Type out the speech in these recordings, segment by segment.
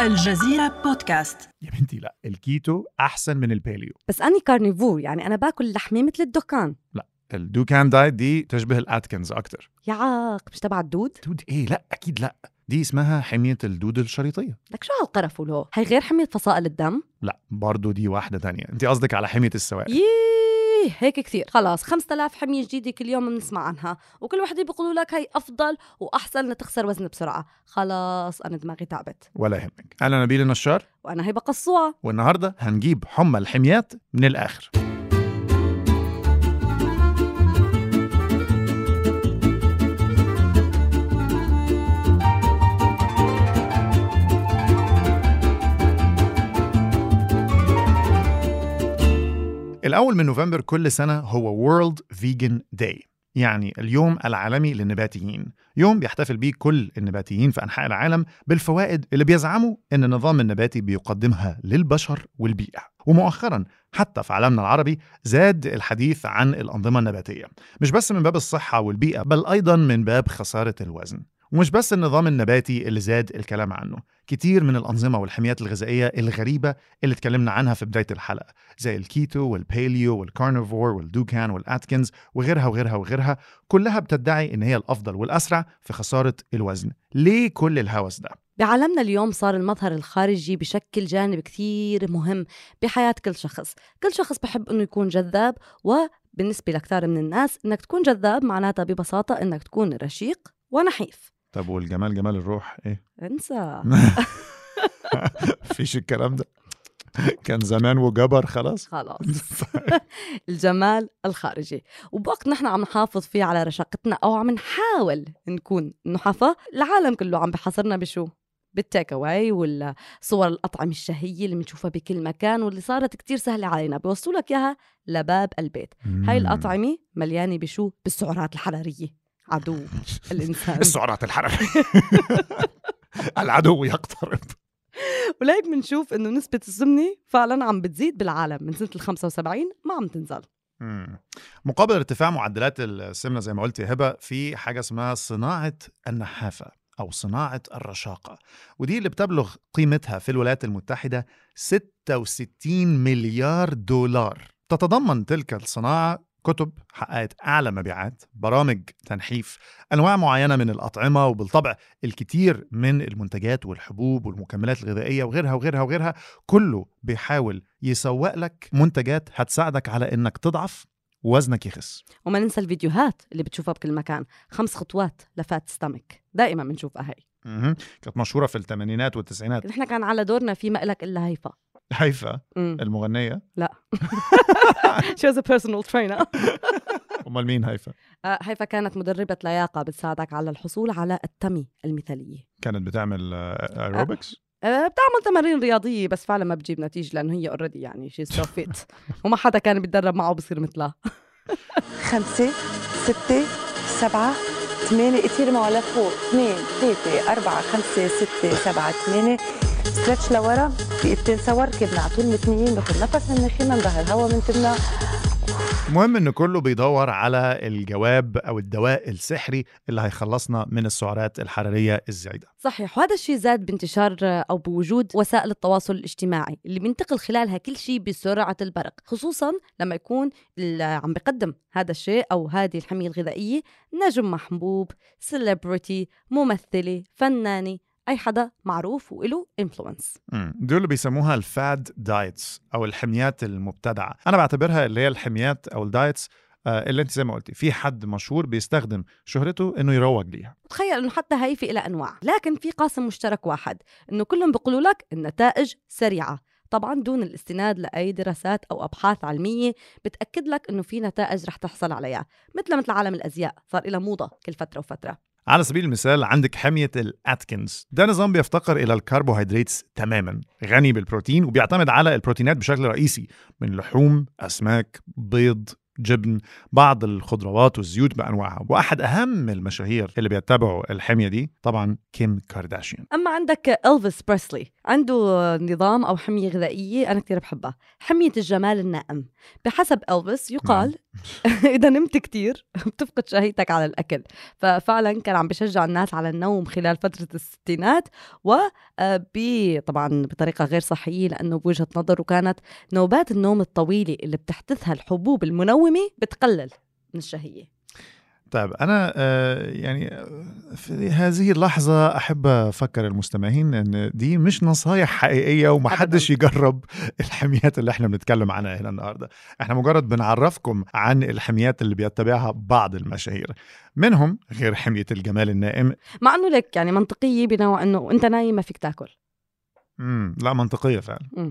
الجزيرة بودكاست. يا بنتي لا، الكيتو أحسن من الباليو. بس أني كارنيفور، يعني أنا باكل لحمة مثل الدكان. لا، الدوكان دايت دي تشبه الأتكنز أكتر. يا عاق، مش تبع الدود؟ دود إيه؟ لا أكيد لا، دي اسمها حمية الدود الشريطية. لك شو هالقرف له؟ هي غير حمية فصائل الدم؟ لا برضو دي واحدة تانية. أنت قصدك على حمية السوائل. هيك كثير. خلاص 5000 حمية جديدة كل يوم بنسمع عنها، وكل وحدة بيقولوا لك هي أفضل وأحسن لتخسر وزن بسرعة. خلاص أنا دماغي تعبت. ولا يهمك، أنا نبيل النشار، وأنا هبة قصوعة، والنهاردة هنجيب حمى الحميات من الآخر. الأول من نوفمبر كل سنة هو World Vegan Day، يعني اليوم العالمي للنباتيين. يوم بيحتفل بيه كل النباتيين في أنحاء العالم بالفوائد اللي بيزعموا إن النظام النباتي بيقدمها للبشر والبيئة. ومؤخراً حتى في عالمنا العربي زاد الحديث عن الأنظمة النباتية، مش بس من باب الصحة والبيئة، بل أيضاً من باب خسارة الوزن. ومش بس النظام النباتي اللي زاد الكلام عنه، كتير من الأنظمة والحميات الغذائية الغريبة اللي اتكلمنا عنها في بداية الحلقة، زي الكيتو والباليو والكارنيفور والدوكان والأتكنز وغيرها وغيرها وغيرها، كلها بتدعي إن هي الأفضل والأسرع في خسارة الوزن. ليه كل الهوس ده؟ بعالمنا اليوم صار المظهر الخارجي بشكل جانب كتير مهم بحياة كل شخص. كل شخص بحب إنه يكون جذاب، وبالنسبة لكثير من الناس إنك تكون جذاب معناتها ببساطة إنك تكون رشيق ونحيف. طب والجمال جمال الروح إيه؟ انسى. فيش الكلام ده، كان زمان وجبر خلاص. الجمال الخارجي، وبوقت نحن عم نحافظ فيه على رشاقتنا أو عم نحاول نكون نحفة، العالم كله عم بحصرنا بشو؟ بالتيك اواي والصور الأطعمة الشهية اللي بنشوفها بكل مكان، واللي صارت كتير سهلة علينا، بيوصلوا لك إياها لباب البيت. هاي الأطعمة مليانة بشو؟ بالسعرات الحرارية، عدو الإنسان. السعرات الحرارية. العدو يقترب. ولهيك بنشوف إنه نسبة السمنة فعلاً عم بتزيد بالعالم من سنة 75 ما عم تنزل. مقابل ارتفاع معدلات السمنة زي ما قلت يا هبة، في حاجة اسمها صناعة النحافة أو صناعة الرشاقة، ودي اللي بتبلغ قيمتها في الولايات المتحدة 66 مليار دولار. تتضمن تلك الصناعة كتب حققت أعلى مبيعات، برامج تنحيف، أنواع معينة من الأطعمة، وبالطبع الكثير من المنتجات والحبوب والمكملات الغذائية وغيرها وغيرها وغيرها. كله بيحاول يسوق لك منتجات هتساعدك على إنك تضعف ووزنك يخس. وما ننسى الفيديوهات اللي بتشوفها بكل مكان، 5 خطوات لفات ستامك، دائما بنشوفها هاي. كانت مشهورة في الثمانينات والتسعينات. نحن كان على دورنا في مقلك إلا هيفا. هيفا المغنية؟ لا. She was a personal trainer. أمال مين هيفا؟ هيفا كانت مدربة لياقة بتساعدك على الحصول على التمي المثالية. كانت بتعمل ايروبكس؟ بتعمل تمارين رياضية، بس فعلا ما بتجيب نتيجة لأنه هي already يعني she's so fit. وما حدا كان بيتدرب معه بصير مثلها. 5 6 7 8 كتير معه لفوق، 2 3 4 5 6 7 8 ستريتش لورا، دقيقتين سوا، ركبنا على طول متنيين، باخد نفس من نخينا، نظهر هوا من تبنا. المهم إن كله بيدور على الجواب أو الدواء السحري اللي هيخلصنا من السعرات الحرارية الزايدة. صحيح، وهذا الشيء زاد بانتشار أو بوجود وسائل التواصل الاجتماعي اللي بينتقل خلالها كل شيء بسرعة البرق، خصوصاً لما يكون اللي عم بيقدم هذا الشيء أو هذه الحمية الغذائية نجم محبوب، سيلبرتي، ممثلة، فنانة، أي حدا معروف وإله إنفلونس. دول اللي بيسموها الفاد دايتس أو الحميات المبتدعة. أنا بعتبرها اللي هي الحميات أو الدايتس اللي أنت زي ما قلتي في حد مشهور بيستخدم شهرته إنه يروج ليها. تخيل إنه حتى هاي في إلى أنواع، لكن في قاسم مشترك واحد، إنه كلهم بيقولوا لك النتائج سريعة، طبعاً دون الاستناد لأي دراسات أو أبحاث علمية بتأكد لك إنه في نتائج رح تحصل عليها، مثل عالم الأزياء صار إلى موضة كل فترة وفترة. على سبيل المثال عندك حمية الأتكنز، ده نظام بيفتقر إلى الكربوهيدرات تماماً، غني بالبروتين وبيعتمد على البروتينات بشكل رئيسي من لحوم، أسماك، بيض، جبن، بعض الخضروات والزيوت بأنواعها. وأحد أهم المشاهير اللي بيتبعوا الحمية دي طبعاً كيم كارداشيان. أما عندك إلفيس بريسلي، عنده نظام أو حمية غذائية أنا كتير بحبها، حمية الجمال الناعم. بحسب إلفيس يقال إذا نمت كتير بتفقد شهيتك على الأكل. ففعلا كان عم بشجع الناس على النوم خلال فترة الستينات، طبعا بطريقة غير صحية، لأنه بوجهة نظره كانت نوبات النوم الطويلة اللي بتحدثها الحبوب المنومة بتقلل من الشهية. طيب أنا يعني في هذه اللحظة أحب أفكر المستمعين أن دي مش نصايح حقيقية ومحدش يجرب الحميات اللي احنا بنتكلم عنها هنا النهاردة. احنا مجرد بنعرفكم عن الحميات اللي بيتبعها بعض المشاهير، منهم غير حمية الجمال النائم، مع أنه لك يعني منطقية بنوع أنه أنت نايم ما فيك تاكل. لا منطقية فعلا.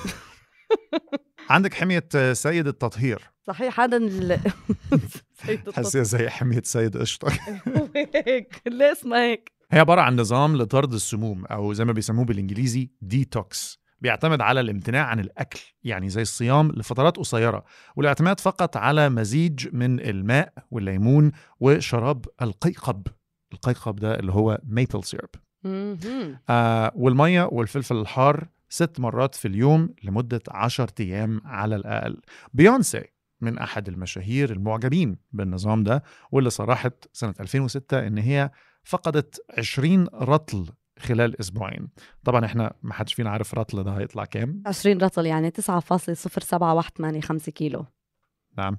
عندك حمية سيد التطهير. صحيح، هذا حسيها زي حمية سيد قشطة. هيك ليه اسمها هيك؟ هي عبارة عن نظام لطرد السموم، أو زي ما بيسموه بالإنجليزي ديتوكس. بيعتمد على الامتناع عن الأكل، يعني زي الصيام لفترات قصيرة، والاعتماد فقط على مزيج من الماء والليمون وشراب القيقب. القيقب ده اللي هو ميبل سيرب، والمية والفلفل الحار 6 مرات في اليوم لمدة 10 أيام على الأقل. بيونسي من أحد المشاهير المعجبين بالنظام ده، واللي صرحت سنة 2006 إن هي فقدت 20 رطل خلال أسبوعين. طبعا إحنا ما حدش فينا عارف رطل ده هيطلع كام. 20 رطل يعني 9.07185 كيلو. نعم،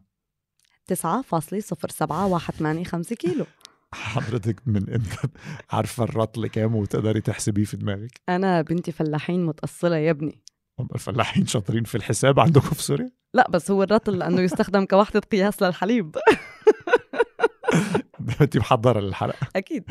9.07185 كيلو. حضرتك من امتى عارفة الرطل كام وتقدري تحسبيه في دماغك؟ أنا بنتي فلاحين متأصلة يا ابني. هم الفلاحين شاطرين في الحساب عندكم في سوريا؟ لا بس هو الرطل لأنه يستخدم كوحدة قياس للحليب. انتي محضرة للحلقة أكيد.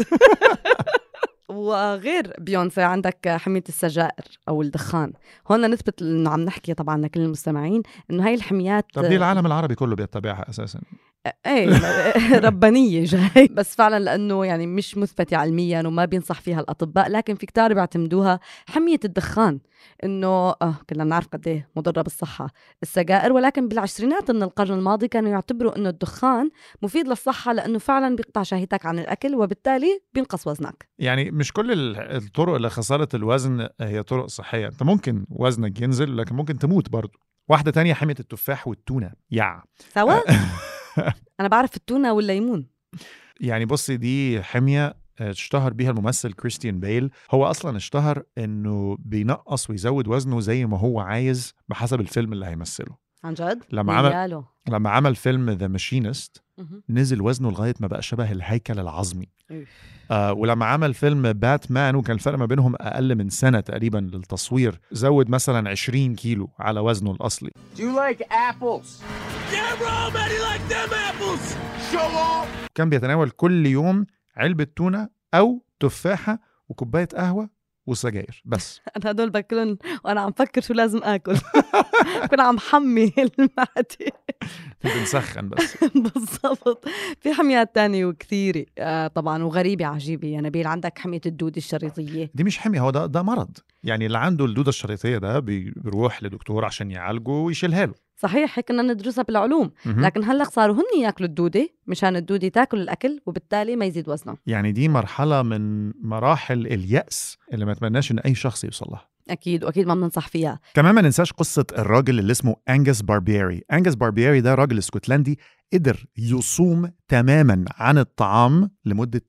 وغير بيونسي عندك حمية السجائر أو الدخان. هون نثبت إنه عم نحكي طبعا لكل المستمعين إنه هاي الحميات. طب دي العالم العربي كله بيتبعها أساساً. ايه ربانية جاي. بس فعلا لأنه يعني مش مثبتة علميا وما بينصح فيها الأطباء، لكن في كتار بيعتمدوها. حمية الدخان إنه كلنا بنعرف قد إيه مضرة بالصحة السجائر، ولكن بالعشرينات من القرن الماضي كانوا يعتبروا إنه الدخان مفيد للصحة، لأنه فعلا بيقطع شهيتك عن الأكل وبالتالي بينقص وزنك. يعني مش كل الطرق لخسارة الوزن هي طرق صحية. أنت ممكن وزنك ينزل لكن ممكن تموت برضو. واحدة تانية حمية التفاح والتونة سوا. أنا بعرف التونة والليمون. يعني بصي، دي حمية اشتهر بيها الممثل كريستيان بيل. هو أصلا اشتهر إنه بينقص ويزود وزنه زي ما هو عايز بحسب الفيلم اللي هيمثله. عن جد؟ لما عمل فيلم ذا ماشينست نزل وزنه لغاية ما بقى شبه الهيكل العظمي. ولما عمل فيلم باتمان وكان الفرق ما بينهم أقل من سنة تقريبا للتصوير، زود مثلا 20 كيلو على وزنه الأصلي. Do you like apples? Yeah, bro, man, he like them apples. Show off. كان بيتناول كل يوم علبة تونة أو تفاحة وكوباية قهوة وسجاير بس. أنا هدول باكلهم وأنا عم فكر شو لازم آكل. كنا عم حمي المعدة. بنسخن بس. بالضبط. في حميات تانية وكثيرة طبعا وغريبة عجيبة. يا نبيل، عندك حمية الدودة الشريطية. دي مش حمية، هو ده مرض. يعني اللي عنده الدودة الشريطية ده بيروح لدكتور عشان يعالجه ويشيلها له. صحيح، هيك كنا ندرسها بالعلوم. لكن هلأ صاروا هن ياكلوا الدودة مشان الدودة تاكل الأكل وبالتالي ما يزيد وزنه. يعني دي مرحلة من مراحل اليأس اللي ما اتمناش إن أي شخص يوصل لها. أكيد، وأكيد ما بننصح فيها. كمان ما ننساش قصة الراجل اللي اسمه أنجس باربيري. أنجس باربيري ده راجل اسكتلندي قدر يصوم تماما عن الطعام لمدة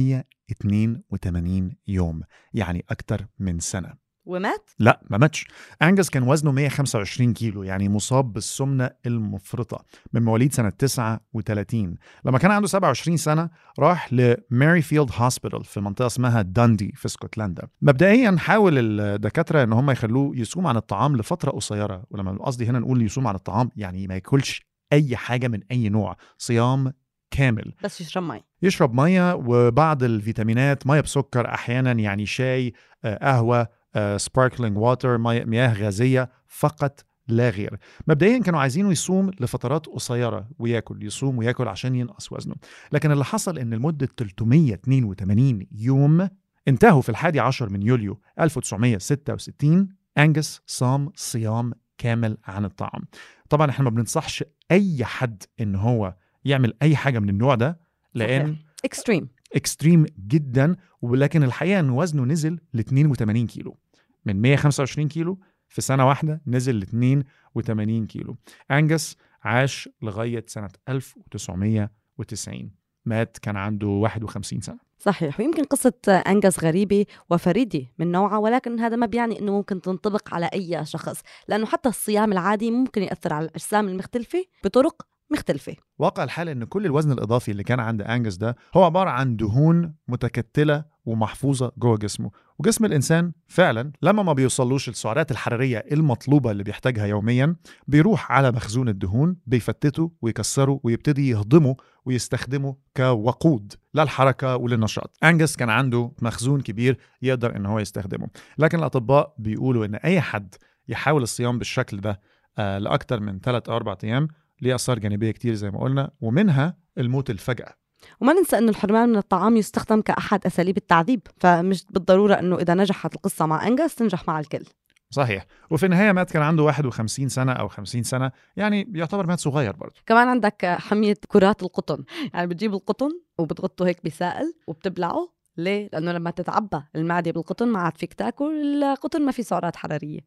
382 يوم، يعني أكتر من سنة. ومات؟ لا، ما ماتش. أنجس كان وزنه 125 كيلو، يعني مصاب بالسمنة المفرطة، من مواليد سنة 39. لما كان عنده 27 سنة راح لماريفيلد هوسبيتال في منطقة اسمها داندي في اسكتلندا. مبدئيا حاول الدكاترة ان هم يخلوه يصوم عن الطعام لفترة قصيرة، ولما قصدي هنا نقول يصوم عن الطعام يعني ما ياكلش أي حاجة من أي نوع، صيام كامل، بس يشرب مية وبعض الفيتامينات، مية بسكر أحيانا، يعني شاي، قهوة، سباركلينج واتر، مياه غازية فقط لا غير. مبدئيا كانوا عايزينه يصوم لفترات قصيرة يصوم وياكل عشان ينقص وزنه. لكن اللي حصل ان لمدة 382 يوم انتهوا في 11 من يوليو 1966 أنجس صام صيام كامل عن الطعام. طبعا احنا ما بننصحش اي حد ان هو يعمل اي حاجة من النوع ده، لان اكستريم جدا. ولكن الحقيقة ان وزنه نزل ل 82 كيلو، من 125 كيلو في سنة واحدة نزل ل 82 كيلو. أنجس عاش لغاية سنة 1990. مات كان عنده 51 سنة. صحيح. ويمكن قصة أنجس غريبة وفريدة من نوعها، ولكن هذا ما بيعني أنه ممكن تنطبق على أي شخص، لأنه حتى الصيام العادي ممكن يأثر على الأجسام المختلفة بطرق مختلفة. واقع الحال أن كل الوزن الإضافي اللي كان عند أنجس ده هو عبارة عن دهون متكتلة ومحفوظة جوه جسمه. وجسم الإنسان فعلا لما ما بيوصلوش السعرات الحرارية المطلوبة اللي بيحتاجها يوميا بيروح على مخزون الدهون، بيفتته ويكسره ويبتدي يهضمه ويستخدمه كوقود للحركة وللنشاط. أنجس كان عنده مخزون كبير يقدر إن هو يستخدمه، لكن الأطباء بيقولوا إن أي حد يحاول الصيام بالشكل ده لأكتر من 3 أو 4 أيام ليه آثار جانبية كتير زي ما قلنا، ومنها الموت الفجأة. وما ننسى أنه الحرمان من الطعام يستخدم كأحد أساليب التعذيب، فمش بالضرورة أنه إذا نجحت القصة مع أنجس تنجح مع الكل. صحيح. وفي النهاية مات كان عنده 51 سنة أو 50 سنة، يعني يعتبر مات صغير برضه. كمان عندك حمية كرات القطن، يعني بتجيب القطن وبتغطه هيك بسائل وبتبلعه. ليه؟ لأنه لما تتعبى المعدة بالقطن ما عاد فيك تاكل، القطن ما فيه سعرات حرارية.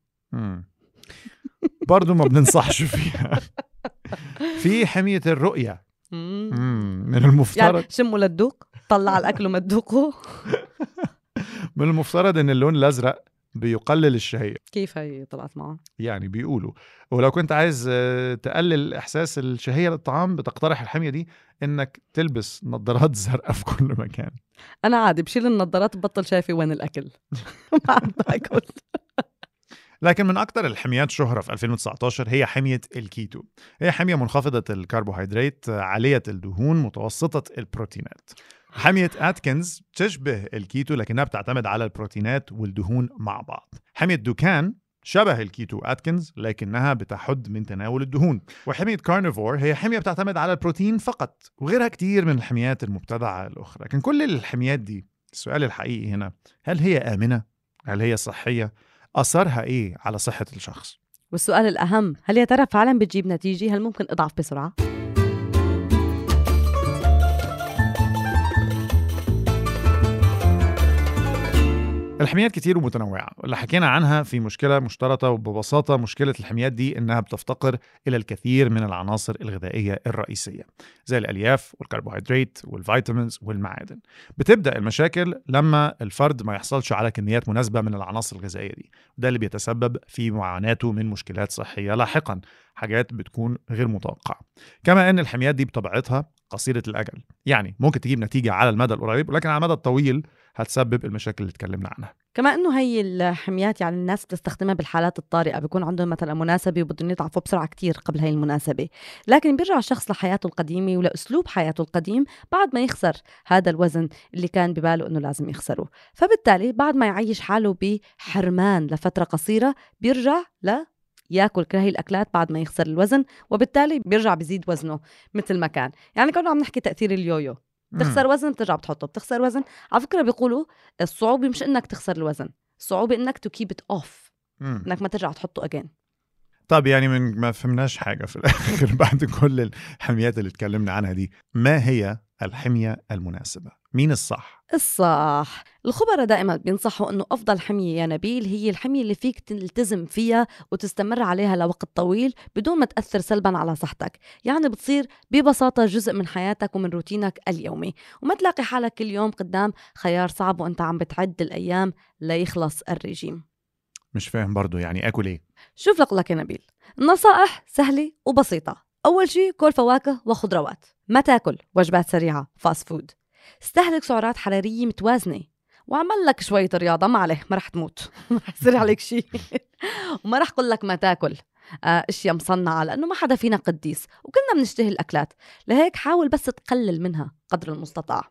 برضه ما بننصحش فيها. في حمية الرؤية. من المفترض يعني شموا للدوق، طلع الأكل وما تدوقه. من المفترض إن اللون الأزرق بيقلل الشهية. كيف هي طلعت معه؟ يعني بيقولوا، ولو كنت عايز تقلل إحساس الشهية للطعام بتقترح الحمية دي إنك تلبس نظارات زرقاء في كل مكان. أنا عادي بشيل النظارات وبطل شايفة وين الأكل. ما عم باكل. لكن من أكتر الحميات شهرة في 2019 هي حمية الكيتو. هي حمية منخفضة الكربوهيدرات، عالية الدهون، متوسطة البروتينات. حمية أتكنز تشبه الكيتو لكنها بتعتمد على البروتينات والدهون مع بعض. حمية دوكان شبه الكيتو أتكنز لكنها بتحد من تناول الدهون. وحمية كارنيفور هي حمية بتعتمد على البروتين فقط، وغيرها كتير من الحميات المبتدعة الأخرى. لكن كل الحميات دي، السؤال الحقيقي هنا، هل هي آمنة؟ هل هي صحية؟ أثرها إيه على صحة الشخص؟ والسؤال الأهم، هل يا ترى فعلا بتجيب نتيجة؟ هل ممكن أضعف بسرعة؟ الحميات كتير ومتنوعة، واللي حكينا عنها في مشكلة مشتركة. وببساطة مشكلة الحميات دي إنها بتفتقر إلى الكثير من العناصر الغذائية الرئيسية زي الألياف والكربوهيدرات والفيتامينز والمعادن. بتبدأ المشاكل لما الفرد ما يحصلش على كميات مناسبة من العناصر الغذائية دي، وده اللي بيتسبب في معاناته من مشكلات صحية لاحقا، حاجات بتكون غير متوقعة. كما أن الحميات دي بطبيعتها قصيرة الأجل، يعني ممكن تجيب نتيجة على المدى القريب، ولكن على المدى الطويل هتسبب المشاكل اللي اتكلمنا عنها. كما انه هي الحميات يعني الناس بتستخدمها بالحالات الطارئه، بيكون عندهم مثلا مناسبه وبدهم يضعفوا بسرعه كتير قبل هاي المناسبه، لكن بيرجع الشخص لحياته القديمه ولاسلوب حياته القديم بعد ما يخسر هذا الوزن اللي كان بباله انه لازم يخسره. فبالتالي بعد ما يعيش حاله بحرمان لفتره قصيره بيرجع ياكل كل هي الاكلات بعد ما يخسر الوزن، وبالتالي بيرجع بيزيد وزنه مثل ما كان. يعني كنا عم نحكي تاثير اليويو، تخسر وزن بترجع بتحطه، بتخسر وزن. على فكرة بيقولوا الصعوبة مش انك تخسر الوزن، الصعوبة انك to keep it off، انك ما ترجع تحطه again. طب يعني ما فهمناش حاجة في الآخر بعد كل الحميات اللي اتكلمنا عنها دي. ما هي الحمية المناسبة؟ مين الصح؟ الصح، الخبراء دائما بينصحوا انه افضل حمية يا نبيل هي الحمية اللي فيك تلتزم فيها وتستمر عليها لوقت طويل بدون ما تأثر سلبا على صحتك. يعني بتصير ببساطة جزء من حياتك ومن روتينك اليومي، وما تلاقي حالك كل يوم قدام خيار صعب وانت عم بتعد الايام ليخلص الرجيم. مش فاهم برضو، يعني اكل ايه؟ شوف لك يا نبيل، النصائح سهلة وبسيطة. أول شيء كل فواكه وخضروات، ما تاكل وجبات سريعة فاست فود، استهلك سعرات حرارية متوازنة، وعمل لك شوية رياضة. ما عليه، ما رح تموت ما رح يصير عليك شيء وما رح قل لك ما تاكل اشياء مصنعة، لأنه ما حدا فينا قديس وكلنا بنشتهي الأكلات، لهيك حاول بس تقلل منها قدر المستطاع.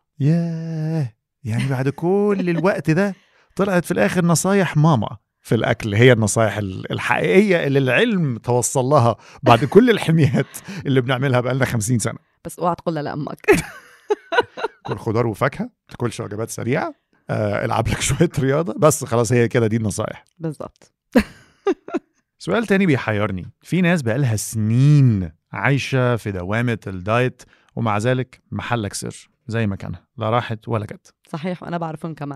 ياه، يعني بعد كل الوقت ده طلعت في الآخر نصايح ماما في الأكل هي النصايح الحقيقية اللي العلم توصل لها بعد كل الحميات اللي بنعملها بقالنا 50 سنة. بس اوعى تقولها لأمك. كل خضار وفاكهة، تاكلش وجبات سريعة، العب لك شوية رياضة، بس خلاص هي كده دي النصايح بالضبط. سؤال تاني بيحيرني، في ناس بقالها سنين عايشة في دوامة الدايت ومع ذلك محلك سر زي ما كان، لا راحت ولا جت. صحيح، وأنا بعرفهم كمان.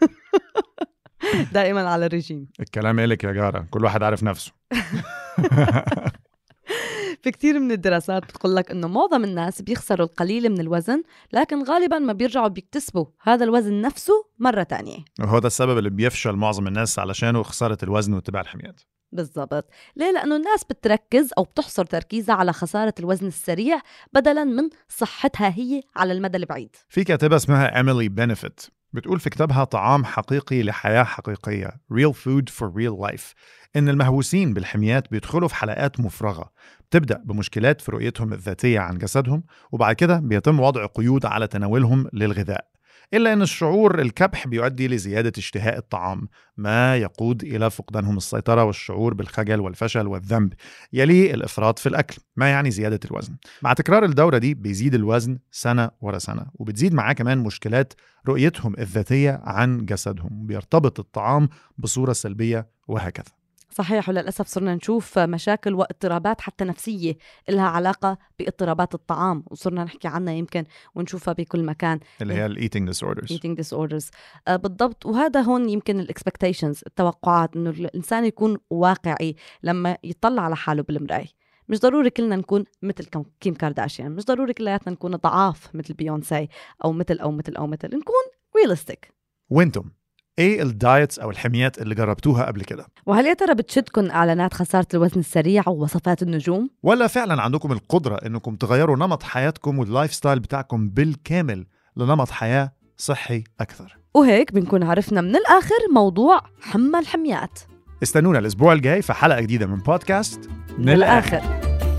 دائما على الرجيم. الكلام إلك يا جارة، كل واحد عارف نفسه. في كتير من الدراسات بتقول لك إنه معظم الناس بيخسروا القليل من الوزن، لكن غالباً ما بيرجعوا بيكتسبوا هذا الوزن نفسه مرة تانية. وهو ده السبب اللي بيفشل معظم الناس علشانه خسارة الوزن واتباع الحميات. بالضبط. ليه؟ لأنه الناس بتركز أو بتحصر تركيزها على خسارة الوزن السريع بدلاً من صحتها هي على المدى البعيد. في كاتبة اسمها إيميلي بينيفيت بتقول في كتابها طعام حقيقي لحياة حقيقية Real Food for Real Life إن المهووسين بالحميات بيدخلوا في حلقات مفرغة بتبدأ بمشكلات في رؤيتهم الذاتية عن جسدهم، وبعد كده بيتم وضع قيود على تناولهم للغذاء. إلا أن الشعور الكبح بيؤدي لزيادة اشتهاء الطعام، ما يقود إلى فقدانهم السيطرة والشعور بالخجل والفشل والذنب، يلي الإفراط في الأكل ما يعني زيادة الوزن. مع تكرار الدورة دي بيزيد الوزن سنة ورا سنة، وبتزيد معاه كمان مشكلات رؤيتهم الذاتية عن جسدهم، بيرتبط الطعام بصورة سلبية وهكذا. صحيح. وللأسف صرنا نشوف مشاكل واضطرابات حتى نفسية لها علاقة باضطرابات الطعام، وصرنا نحكي عنها يمكن ونشوفها بكل مكان، اللي هي eating disorders. بالضبط. وهذا هون يمكن الاكسبكتيشنز، التوقعات، إنه الإنسان يكون واقعي لما يطلع على حاله بالمراية. مش ضروري كلنا نكون مثل كيم كارداشيان، مش ضروري كلياتنا نكون ضعاف مثل بيونسي أو مثل نكون رياليستيك. وانتم ايه الدايتس او الحميات اللي جربتوها قبل كده؟ وهل يا ترى بتشدكم اعلانات خسارة الوزن السريع ووصفات النجوم؟ ولا فعلا عندكم القدرة انكم تغيروا نمط حياتكم واللايف ستايل بتاعكم بالكامل لنمط حياة صحي اكثر؟ وهيك بنكون عرفنا من الاخر موضوع حمى الحميات. استنونا الاسبوع الجاي في حلقة جديدة من بودكاست من الآخر.